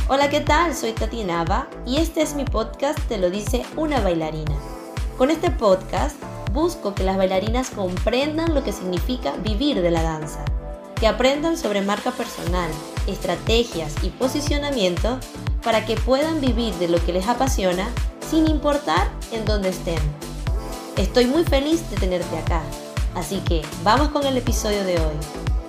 Hola, ¿qué tal? Soy Tati Nava y este es mi podcast Te lo dice una bailarina. Con este podcast busco que las bailarinas comprendan lo que significa vivir de la danza, que aprendan sobre marca personal, estrategias y posicionamiento para que puedan vivir de lo que les apasiona sin importar en dónde estén. Estoy muy feliz de tenerte acá, así que vamos con el episodio de hoy.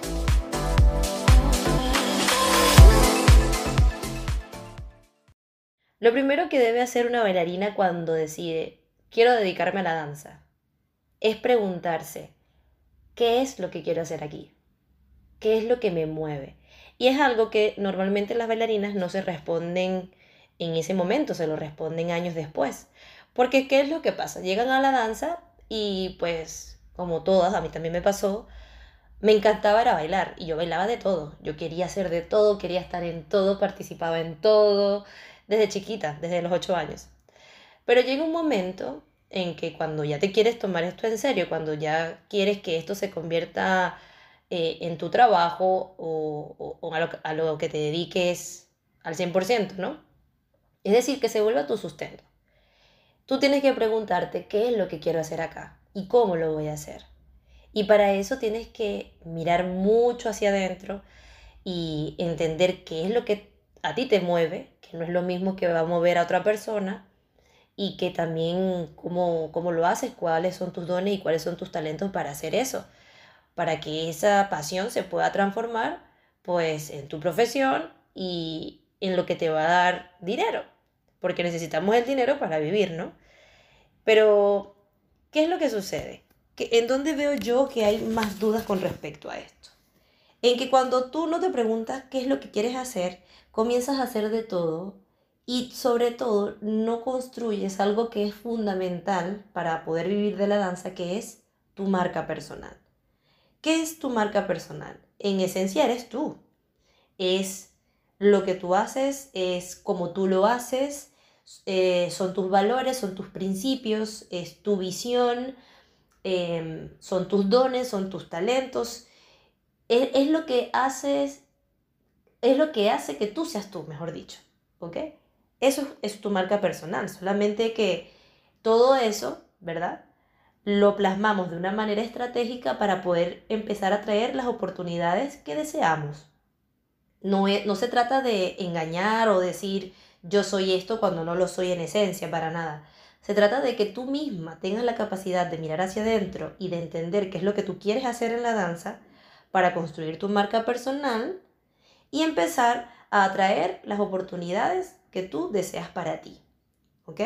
Lo primero que debe hacer una bailarina cuando decide quiero dedicarme a la danza es preguntarse ¿qué es lo que quiero hacer aquí? ¿Qué es lo que me mueve? Y es algo que normalmente las bailarinas no se responden en ese momento, se lo responden años después. Porque ¿qué es lo que pasa? Llegan a la danza y pues como todas, a mí también me pasó, me encantaba era bailar y yo bailaba de todo. Yo quería hacer de todo, quería estar en todo, participaba en todo, desde chiquita, desde los 8 años. Pero llega un momento en que cuando ya te quieres tomar esto en serio, cuando ya quieres que esto se convierta en tu trabajo o a lo que te dediques al 100%, ¿no? Es decir, que se vuelva tu sustento. Tú tienes que preguntarte qué es lo que quiero hacer acá y cómo lo voy a hacer. Y para eso tienes que mirar mucho hacia adentro y entender qué es lo que a ti te mueve, que no es lo mismo que va a mover a otra persona, y que también cómo lo haces, cuáles son tus dones y cuáles son tus talentos para hacer eso, para que esa pasión se pueda transformar pues en tu profesión y en lo que te va a dar dinero, porque necesitamos el dinero para vivir, ¿no? Pero, ¿qué es lo que sucede? ¿En dónde veo yo que hay más dudas con respecto a esto? En que cuando tú no te preguntas qué es lo que quieres hacer, comienzas a hacer de todo y sobre todo no construyes algo que es fundamental para poder vivir de la danza, que es tu marca personal. ¿Qué es tu marca personal? En esencia eres tú. Es lo que tú haces, es como tú lo haces, son tus valores, son tus principios, es tu visión, son tus dones, son tus talentos. Es lo que haces, es lo que hace que tú seas tú, mejor dicho, ¿ok? Eso es tu marca personal, solamente que todo eso, ¿verdad? Lo plasmamos de una manera estratégica para poder empezar a traer las oportunidades que deseamos. No se trata de engañar o decir yo soy esto cuando no lo soy en esencia, para nada. Se trata de que tú misma tengas la capacidad de mirar hacia adentro y de entender qué es lo que tú quieres hacer en la danza para construir tu marca personal y empezar a atraer las oportunidades que tú deseas para ti. ¿Ok?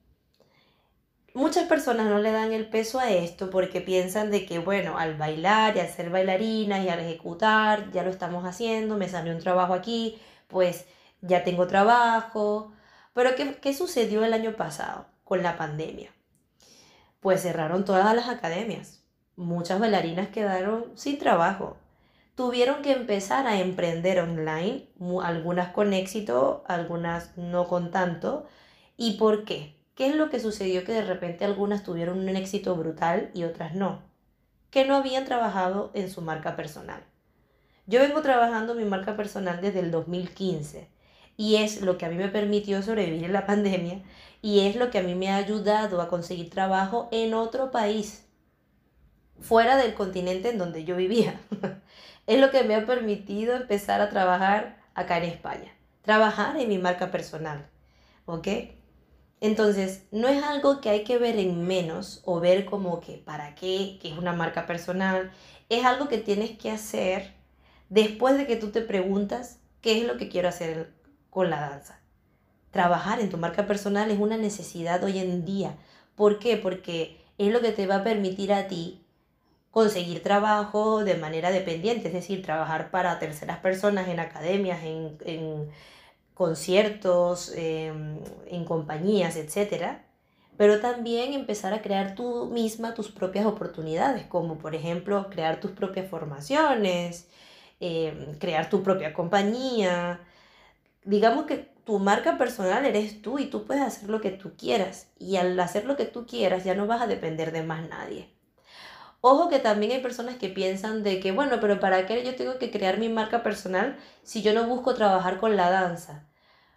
Muchas personas no le dan el peso a esto porque piensan de que, bueno, al bailar y al ser bailarina y al ejecutar, ya lo estamos haciendo, me salió un trabajo aquí, pues ya tengo trabajo. Pero ¿qué sucedió el año pasado con la pandemia? Pues cerraron todas las academias. Muchas bailarinas quedaron sin trabajo. Tuvieron que empezar a emprender online, algunas con éxito, algunas no con tanto. ¿Y por qué? ¿Qué es lo que sucedió que de repente algunas tuvieron un éxito brutal y otras no? Que no habían trabajado en su marca personal. Yo vengo trabajando mi marca personal desde el 2015 y es lo que a mí me permitió sobrevivir en la pandemia y es lo que a mí me ha ayudado a conseguir trabajo en otro país, fuera del continente en donde yo vivía. Es lo que me ha permitido empezar a trabajar acá en España, trabajar en mi marca personal, ¿ok? Entonces, no es algo que hay que ver en menos o ver como que para qué, que es una marca personal. Es algo que tienes que hacer después de que tú te preguntas qué es lo que quiero hacer con la danza. Trabajar en tu marca personal es una necesidad hoy en día. ¿Por qué? Porque es lo que te va a permitir a ti conseguir trabajo de manera dependiente, es decir, trabajar para terceras personas en academias, en conciertos, en compañías, etcétera, pero también empezar a crear tú misma tus propias oportunidades, como por ejemplo crear tus propias formaciones, crear tu propia compañía. Digamos que tu marca personal eres tú y tú puedes hacer lo que tú quieras y al hacer lo que tú quieras ya no vas a depender de más nadie. Ojo que también hay personas que piensan de que, bueno, pero ¿para qué yo tengo que crear mi marca personal si yo no busco trabajar con la danza?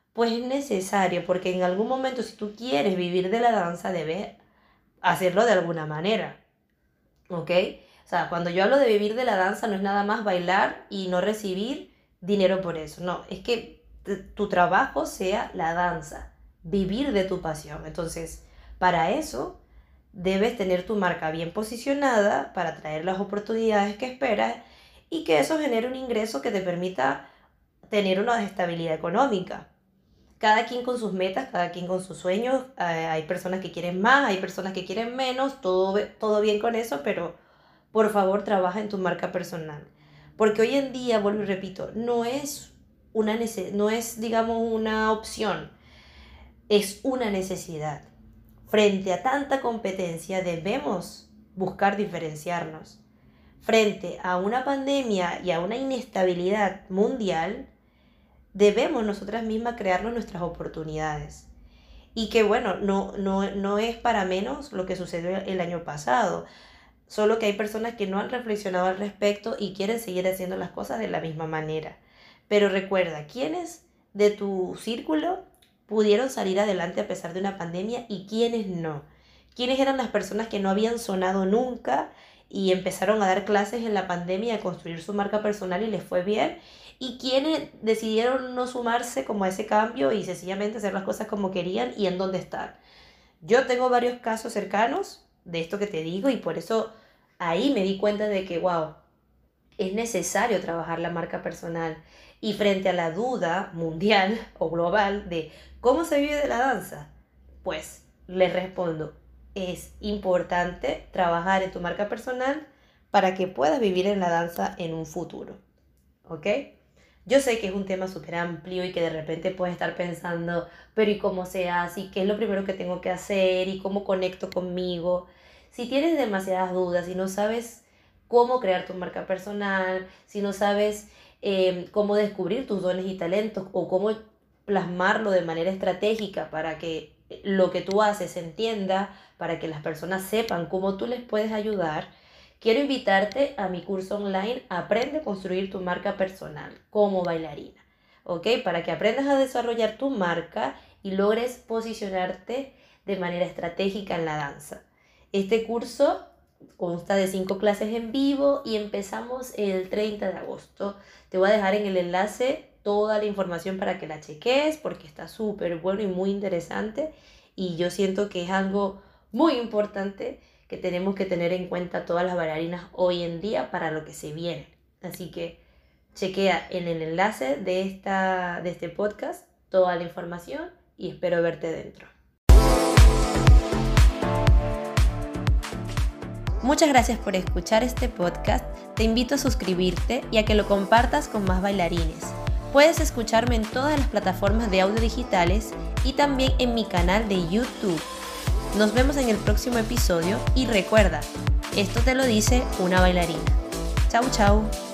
Pues es necesario, porque en algún momento si tú quieres vivir de la danza, debes hacerlo de alguna manera, ¿ok? O sea, cuando yo hablo de vivir de la danza no es nada más bailar y no recibir dinero por eso, no, es que tu trabajo sea la danza, vivir de tu pasión. Entonces, para eso debes tener tu marca bien posicionada para atraer las oportunidades que esperas y que eso genere un ingreso que te permita tener una estabilidad económica. Cada quien con sus metas, cada quien con sus sueños. Hay personas que quieren más, hay personas que quieren menos, todo bien con eso, pero por favor trabaja en tu marca personal. Porque hoy en día, vuelvo y repito, no es, digamos, una opción, es una necesidad. Frente a tanta competencia debemos buscar diferenciarnos. Frente a una pandemia y a una inestabilidad mundial, debemos nosotras mismas crearnos nuestras oportunidades. Y que bueno, no es para menos lo que sucedió el año pasado, solo que hay personas que no han reflexionado al respecto y quieren seguir haciendo las cosas de la misma manera. Pero recuerda, ¿quiénes de tu círculo pudieron salir adelante a pesar de una pandemia y quiénes no? ¿Quiénes eran las personas que no habían sonado nunca y empezaron a dar clases en la pandemia, a construir su marca personal y les fue bien? ¿Y quiénes decidieron no sumarse como a ese cambio y sencillamente hacer las cosas como querían y en dónde están? Yo tengo varios casos cercanos de esto que te digo y por eso ahí me di cuenta de que, wow, es necesario trabajar la marca personal. Y frente a la duda mundial o global de cómo se vive de la danza, pues les respondo, es importante trabajar en tu marca personal para que puedas vivir en la danza en un futuro, ¿ok? Yo sé que es un tema súper amplio y que de repente puedes estar pensando, pero ¿y cómo se hace? ¿Y qué es lo primero que tengo que hacer? ¿Y cómo conecto conmigo? Si tienes demasiadas dudas y no sabes cómo crear tu marca personal, si no sabes cómo descubrir tus dones y talentos o cómo plasmarlo de manera estratégica para que lo que tú haces se entienda, para que las personas sepan cómo tú les puedes ayudar, quiero invitarte a mi curso online Aprende a construir tu marca personal como bailarina, ¿ok? Para que aprendas a desarrollar tu marca y logres posicionarte de manera estratégica en la danza. Este curso consta de 5 clases en vivo y empezamos el 30 de agosto. Te voy a dejar en el enlace toda la información para que la cheques porque está súper bueno y muy interesante y yo siento que es algo muy importante que tenemos que tener en cuenta todas las bailarinas hoy en día para lo que se viene. Así que chequea en el enlace de este podcast toda la información y espero verte dentro. Muchas gracias por escuchar este podcast. Te invito a suscribirte y a que lo compartas con más bailarines. Puedes escucharme en todas las plataformas de audio digitales y también en mi canal de YouTube. Nos vemos en el próximo episodio y recuerda, esto te lo dice una bailarina. Chau, chau.